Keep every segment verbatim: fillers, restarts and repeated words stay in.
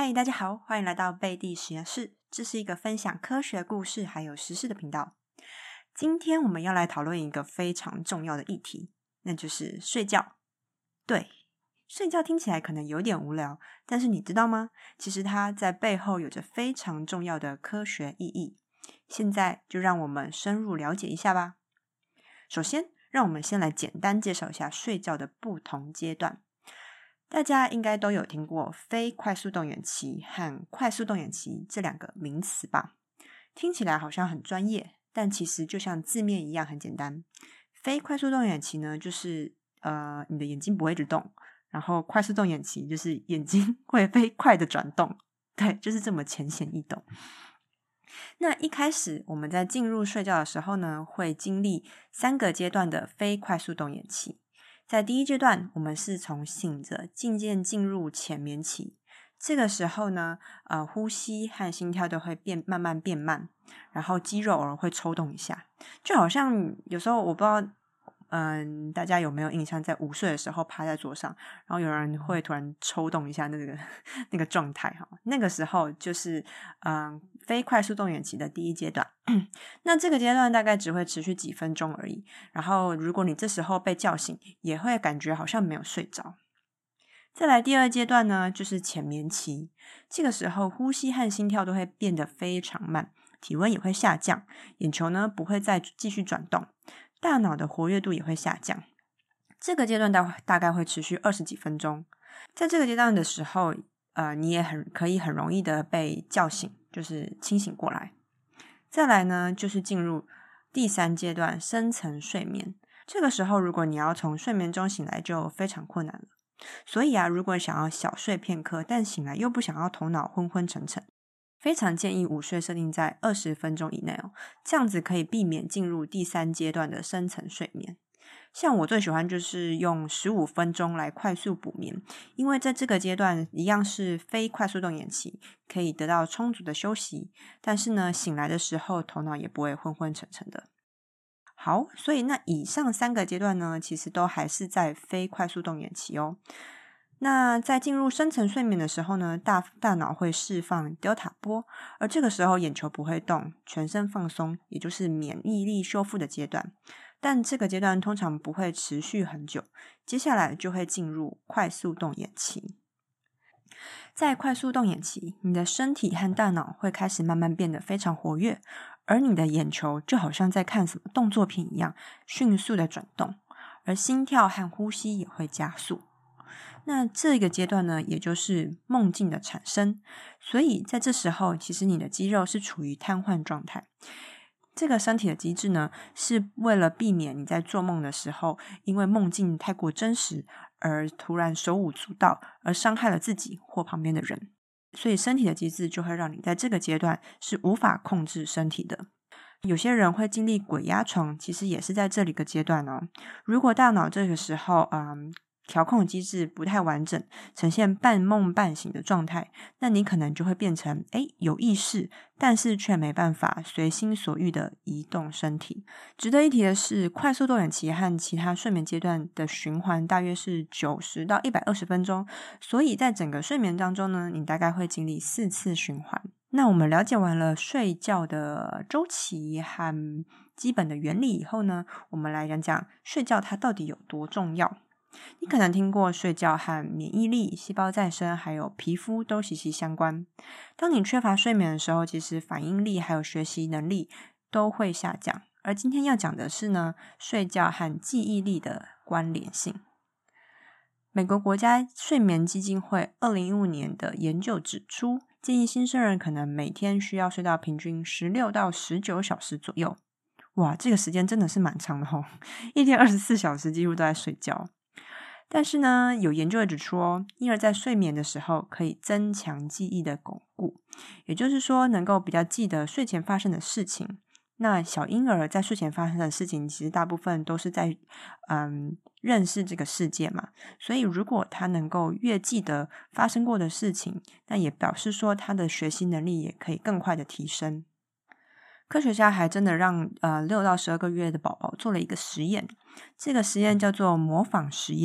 嗨，大家好，欢迎来到贝蒂实验室，这是一个分享科学故事还有时事的频道。今天我们要来讨论一个非常重要的议题，那就是睡觉。对，睡觉听起来可能有点无聊，但是你知道吗？其实它在背后有着非常重要的科学意义。现在就让我们深入了解一下吧。首先，让我们先来简单介绍一下睡觉的不同阶段。大家应该都有听过非快速动眼期和快速动眼期这两个名词吧？听起来好像很专业，但其实就像字面一样很简单。非快速动眼期呢，就是呃你的眼睛不会一直动，然后快速动眼期就是眼睛会飞快的转动，对，就是这么浅显易懂。那一开始我们在进入睡觉的时候呢，会经历三个阶段的非快速动眼期。在第一阶段，我们是从醒着渐渐进入浅眠期。这个时候呢，呃，呼吸和心跳都会变慢慢变慢，然后肌肉偶尔会抽动一下，就好像有时候我不知道，嗯，大家有没有印象，在午睡的时候趴在桌上，然后有人会突然抽动一下那个那个状态哈，那个时候就是嗯非快速动眼期的第一阶段。那这个阶段大概只会持续几分钟而已，然后如果你这时候被叫醒，也会感觉好像没有睡着。再来第二阶段呢，就是浅眠期，这个时候呼吸和心跳都会变得非常慢，体温也会下降，眼球呢不会再继续转动，大脑的活跃度也会下降。这个阶段大大概会持续二十几分钟。在这个阶段的时候，呃，你也很可以很容易的被叫醒，就是清醒过来。再来呢，就是进入第三阶段深层睡眠。这个时候，如果你要从睡眠中醒来，就非常困难了。所以啊，如果想要小睡片刻，但醒来又不想要头脑昏昏沉沉，非常建议午睡设定在二十分钟以内哦，这样子可以避免进入第三阶段的深层睡眠。像我最喜欢就是用十五分钟来快速补眠，因为在这个阶段一样是非快速动眼期，可以得到充足的休息，但是呢，醒来的时候头脑也不会昏昏沉沉的。好，所以那以上三个阶段呢，其实都还是在非快速动眼期哦。那在进入深层睡眠的时候呢，大大脑会释放 delta 波，而这个时候眼球不会动，全身放松，也就是免疫力修复的阶段。但这个阶段通常不会持续很久，接下来就会进入快速动眼期。在快速动眼期，你的身体和大脑会开始慢慢变得非常活跃，而你的眼球就好像在看什么动作片一样，迅速的转动，而心跳和呼吸也会加速。那这个阶段呢，也就是梦境的产生，所以在这时候，其实你的肌肉是处于瘫痪状态。这个身体的机制呢，是为了避免你在做梦的时候，因为梦境太过真实，而突然手舞足蹈，而伤害了自己或旁边的人。所以身体的机制就会让你在这个阶段是无法控制身体的。有些人会经历鬼压床，其实也是在这里个阶段哦。如果大脑这个时候嗯调控机制不太完整，呈现半梦半醒的状态，那你可能就会变成诶有意识，但是却没办法随心所欲的移动身体。值得一提的是，快速动眼期和其他睡眠阶段的循环大约是九十到一百二十分钟，所以在整个睡眠当中呢，你大概会经历四次循环。那我们了解完了睡觉的周期和基本的原理以后呢，我们来讲讲睡觉它到底有多重要。你可能听过睡觉和免疫力、细胞再生还有皮肤都息息相关。当你缺乏睡眠的时候，其实反应力还有学习能力都会下降。而今天要讲的是呢，睡觉和记忆力的关联性。美国国家睡眠基金会二零一五年的研究指出，建议新生人可能每天需要睡到平均十六到十九小时左右。哇，这个时间真的是蛮长的哦，一天二十四小时几乎都在睡觉。但是呢，有研究也指出哦，婴儿在睡眠的时候可以增强记忆的巩固，也就是说能够比较记得睡前发生的事情。那小婴儿在睡前发生的事情，其实大部分都是在嗯认识这个世界嘛，所以如果他能够越记得发生过的事情，那也表示说他的学习能力也可以更快的提升。科学家还真的让呃六到十二个月的宝宝做了一个实验，这个实验叫做模仿实验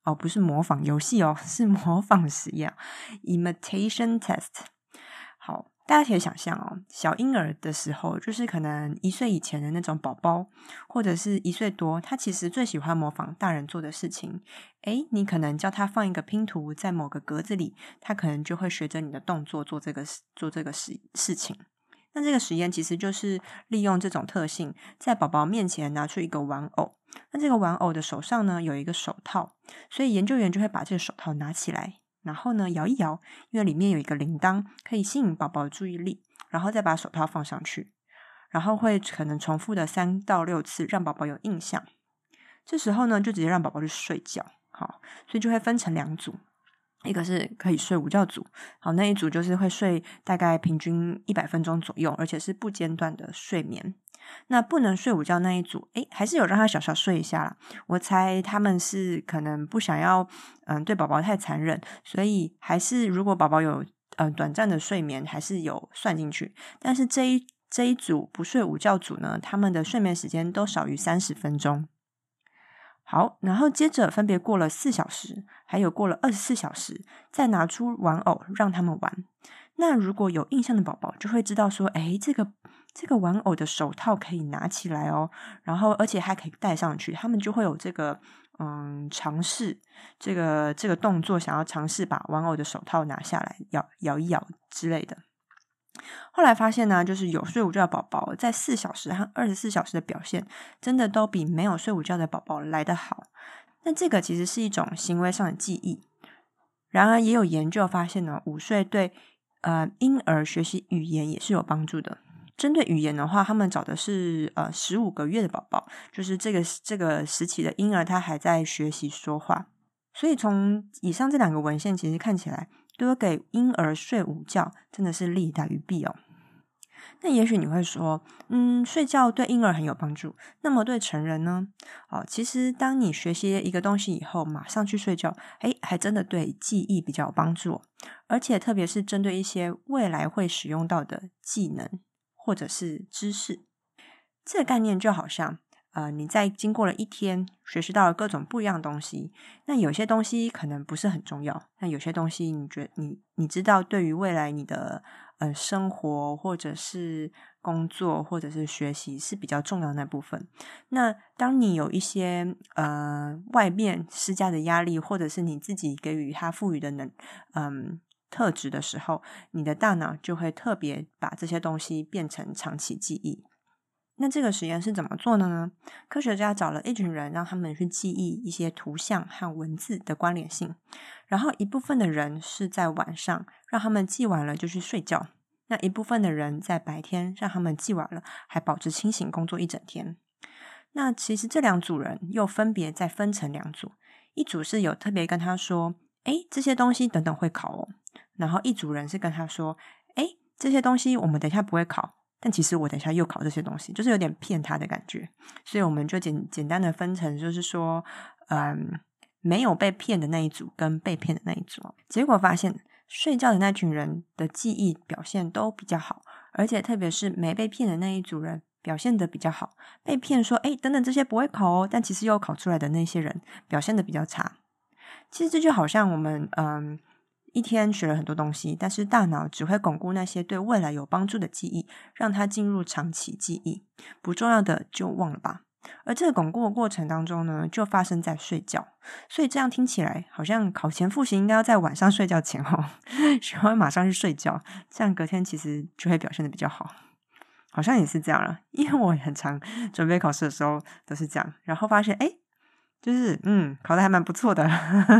哦，不是模仿游戏哦，是模仿实验 imitation test。 好，大家可以想象哦，小婴儿的时候，就是可能一岁以前的那种宝宝，或者是一岁多，他其实最喜欢模仿大人做的事情。诶，你可能叫他放一个拼图在某个格子里，他可能就会学着你的动作做这个做这个事事情。那这个实验其实就是利用这种特性，在宝宝面前拿出一个玩偶，那这个玩偶的手上呢有一个手套，所以研究员就会把这个手套拿起来，然后呢摇一摇，因为里面有一个铃铛可以吸引宝宝的注意力，然后再把手套放上去，然后会可能重复的三到六次，让宝宝有印象。这时候呢就直接让宝宝去睡觉。好，所以就会分成两组，一个是可以睡午觉组，好，那一组就是会睡大概平均一百分钟左右，而且是不间断的睡眠。那不能睡午觉那一组，诶，还是有让他小小睡一下啦。我猜他们是可能不想要嗯对宝宝太残忍，所以还是如果宝宝有呃短暂的睡眠，还是有算进去。但是这一这一组不睡午觉组呢，他们的睡眠时间都少于三十分钟。好，然后接着分别过了四小时，还有过了二十四小时，再拿出玩偶让他们玩。那如果有印象的宝宝就会知道说，诶，这个这个玩偶的手套可以拿起来哦，然后而且还可以戴上去，他们就会有这个嗯尝试这个这个动作，想要尝试把玩偶的手套拿下来，摇摇一摇之类的。后来发现呢，就是有睡午觉的宝宝在四小时和二十四小时的表现真的都比没有睡午觉的宝宝来得好。那这个其实是一种行为上的记忆。然而也有研究发现呢，午睡对呃婴儿学习语言也是有帮助的。针对语言的话，他们找的是呃十五个月的宝宝，就是这个这个时期的婴儿他还在学习说话。所以从以上这两个文献其实看起来，多给婴儿睡午觉真的是利大于弊哦。那也许你会说，嗯，睡觉对婴儿很有帮助，那么对成人呢？哦，其实当你学习一个东西以后，马上去睡觉，诶，还真的对记忆比较有帮助，而且特别是针对一些未来会使用到的技能或者是知识。这个概念就好像呃，你在经过了一天，学习到了各种不一样的东西，那有些东西可能不是很重要，那有些东西你觉得你你知道对于未来你的呃生活或者是工作或者是学习是比较重要的那部分。那当你有一些呃外面施加的压力，或者是你自己给予它赋予的能嗯特质的时候，你的大脑就会特别把这些东西变成长期记忆。那这个实验是怎么做的呢？科学家找了一群人，让他们去记忆一些图像和文字的关联性，然后一部分的人是在晚上，让他们记完了就去睡觉，那一部分的人在白天，让他们记完了还保持清醒工作一整天。那其实这两组人又分别再分成两组，一组是有特别跟他说，诶，这些东西等等会考哦，然后一组人是跟他说，诶，这些东西我们等一下不会考，但其实我等一下又考这些东西，就是有点骗他的感觉。所以我们就简简单的分成，就是说嗯，没有被骗的那一组跟被骗的那一组。结果发现睡觉的那群人的记忆表现都比较好，而且特别是没被骗的那一组人表现得比较好，被骗说诶等等这些不会考哦，但其实又考出来的那些人表现得比较差。其实这就好像我们嗯一天学了很多东西，但是大脑只会巩固那些对未来有帮助的记忆，让它进入长期记忆，不重要的就忘了吧。而这个巩固的过程当中呢，就发生在睡觉。所以这样听起来好像考前复习应该要在晚上睡觉前哦，学完马上去睡觉，这样隔天其实就会表现得比较好。好像也是这样了，因为我很常准备考试的时候都是这样，然后发现诶就是嗯考得还蛮不错的。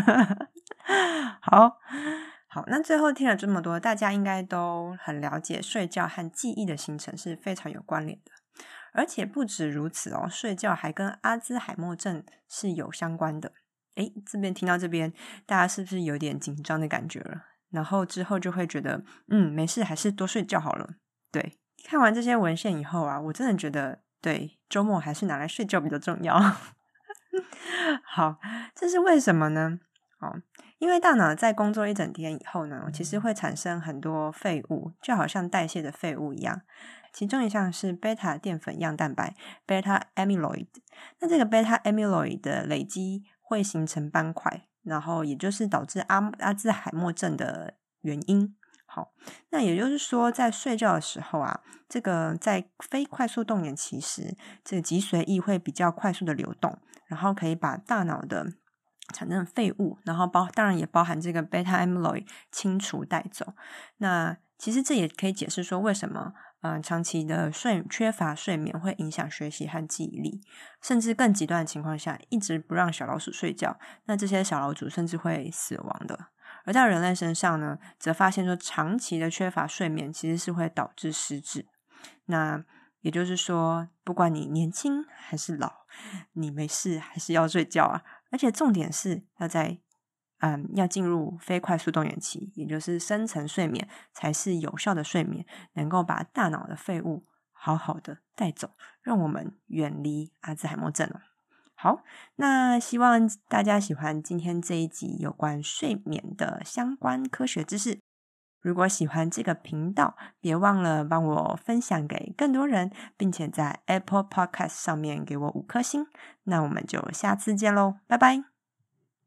好好，那最后听了这么多，大家应该都很了解睡觉和记忆的形成是非常有关联的。而且不止如此哦，睡觉还跟阿兹海默症是有相关的。诶，这边听到这边，大家是不是有点紧张的感觉了？然后之后就会觉得，嗯，没事，还是多睡觉好了。对，看完这些文献以后啊，我真的觉得，对，周末还是拿来睡觉比较重要。好，这是为什么呢？哦，因为大脑在工作一整天以后呢，其实会产生很多废物，就好像代谢的废物一样。其中一项是贝塔淀粉样蛋白 beta amyloid， 那这个 beta amyloid 的累积会形成斑块， 然后也就是导致阿阿兹海默症的原因。好，那也就是说在睡觉的时候啊，这个在非快速动眼期时，这个脊髓液会比较快速的流动，然后可以把大脑的产生的废物，然后包当然也包含这个 beta amyloid 清除带走。那其实这也可以解释说为什么嗯、呃，长期的睡缺乏睡眠会影响学习和记忆力，甚至更极端的情况下一直不让小老鼠睡觉，那这些小老鼠甚至会死亡的。而在人类身上呢，则发现说长期的缺乏睡眠其实是会导致失智。那也就是说，不管你年轻还是老，你没事还是要睡觉啊。而且重点是要在嗯，要进入非快速动眼期，也就是深层睡眠，才是有效的睡眠，能够把大脑的废物好好的带走，让我们远离阿兹海默症了。好，那希望大家喜欢今天这一集有关睡眠的相关科学知识。如果喜欢这个频道，别忘了帮我分享给更多人，并且在 Apple Podcast 上面给我五颗星。那我们就下次见咯，拜拜。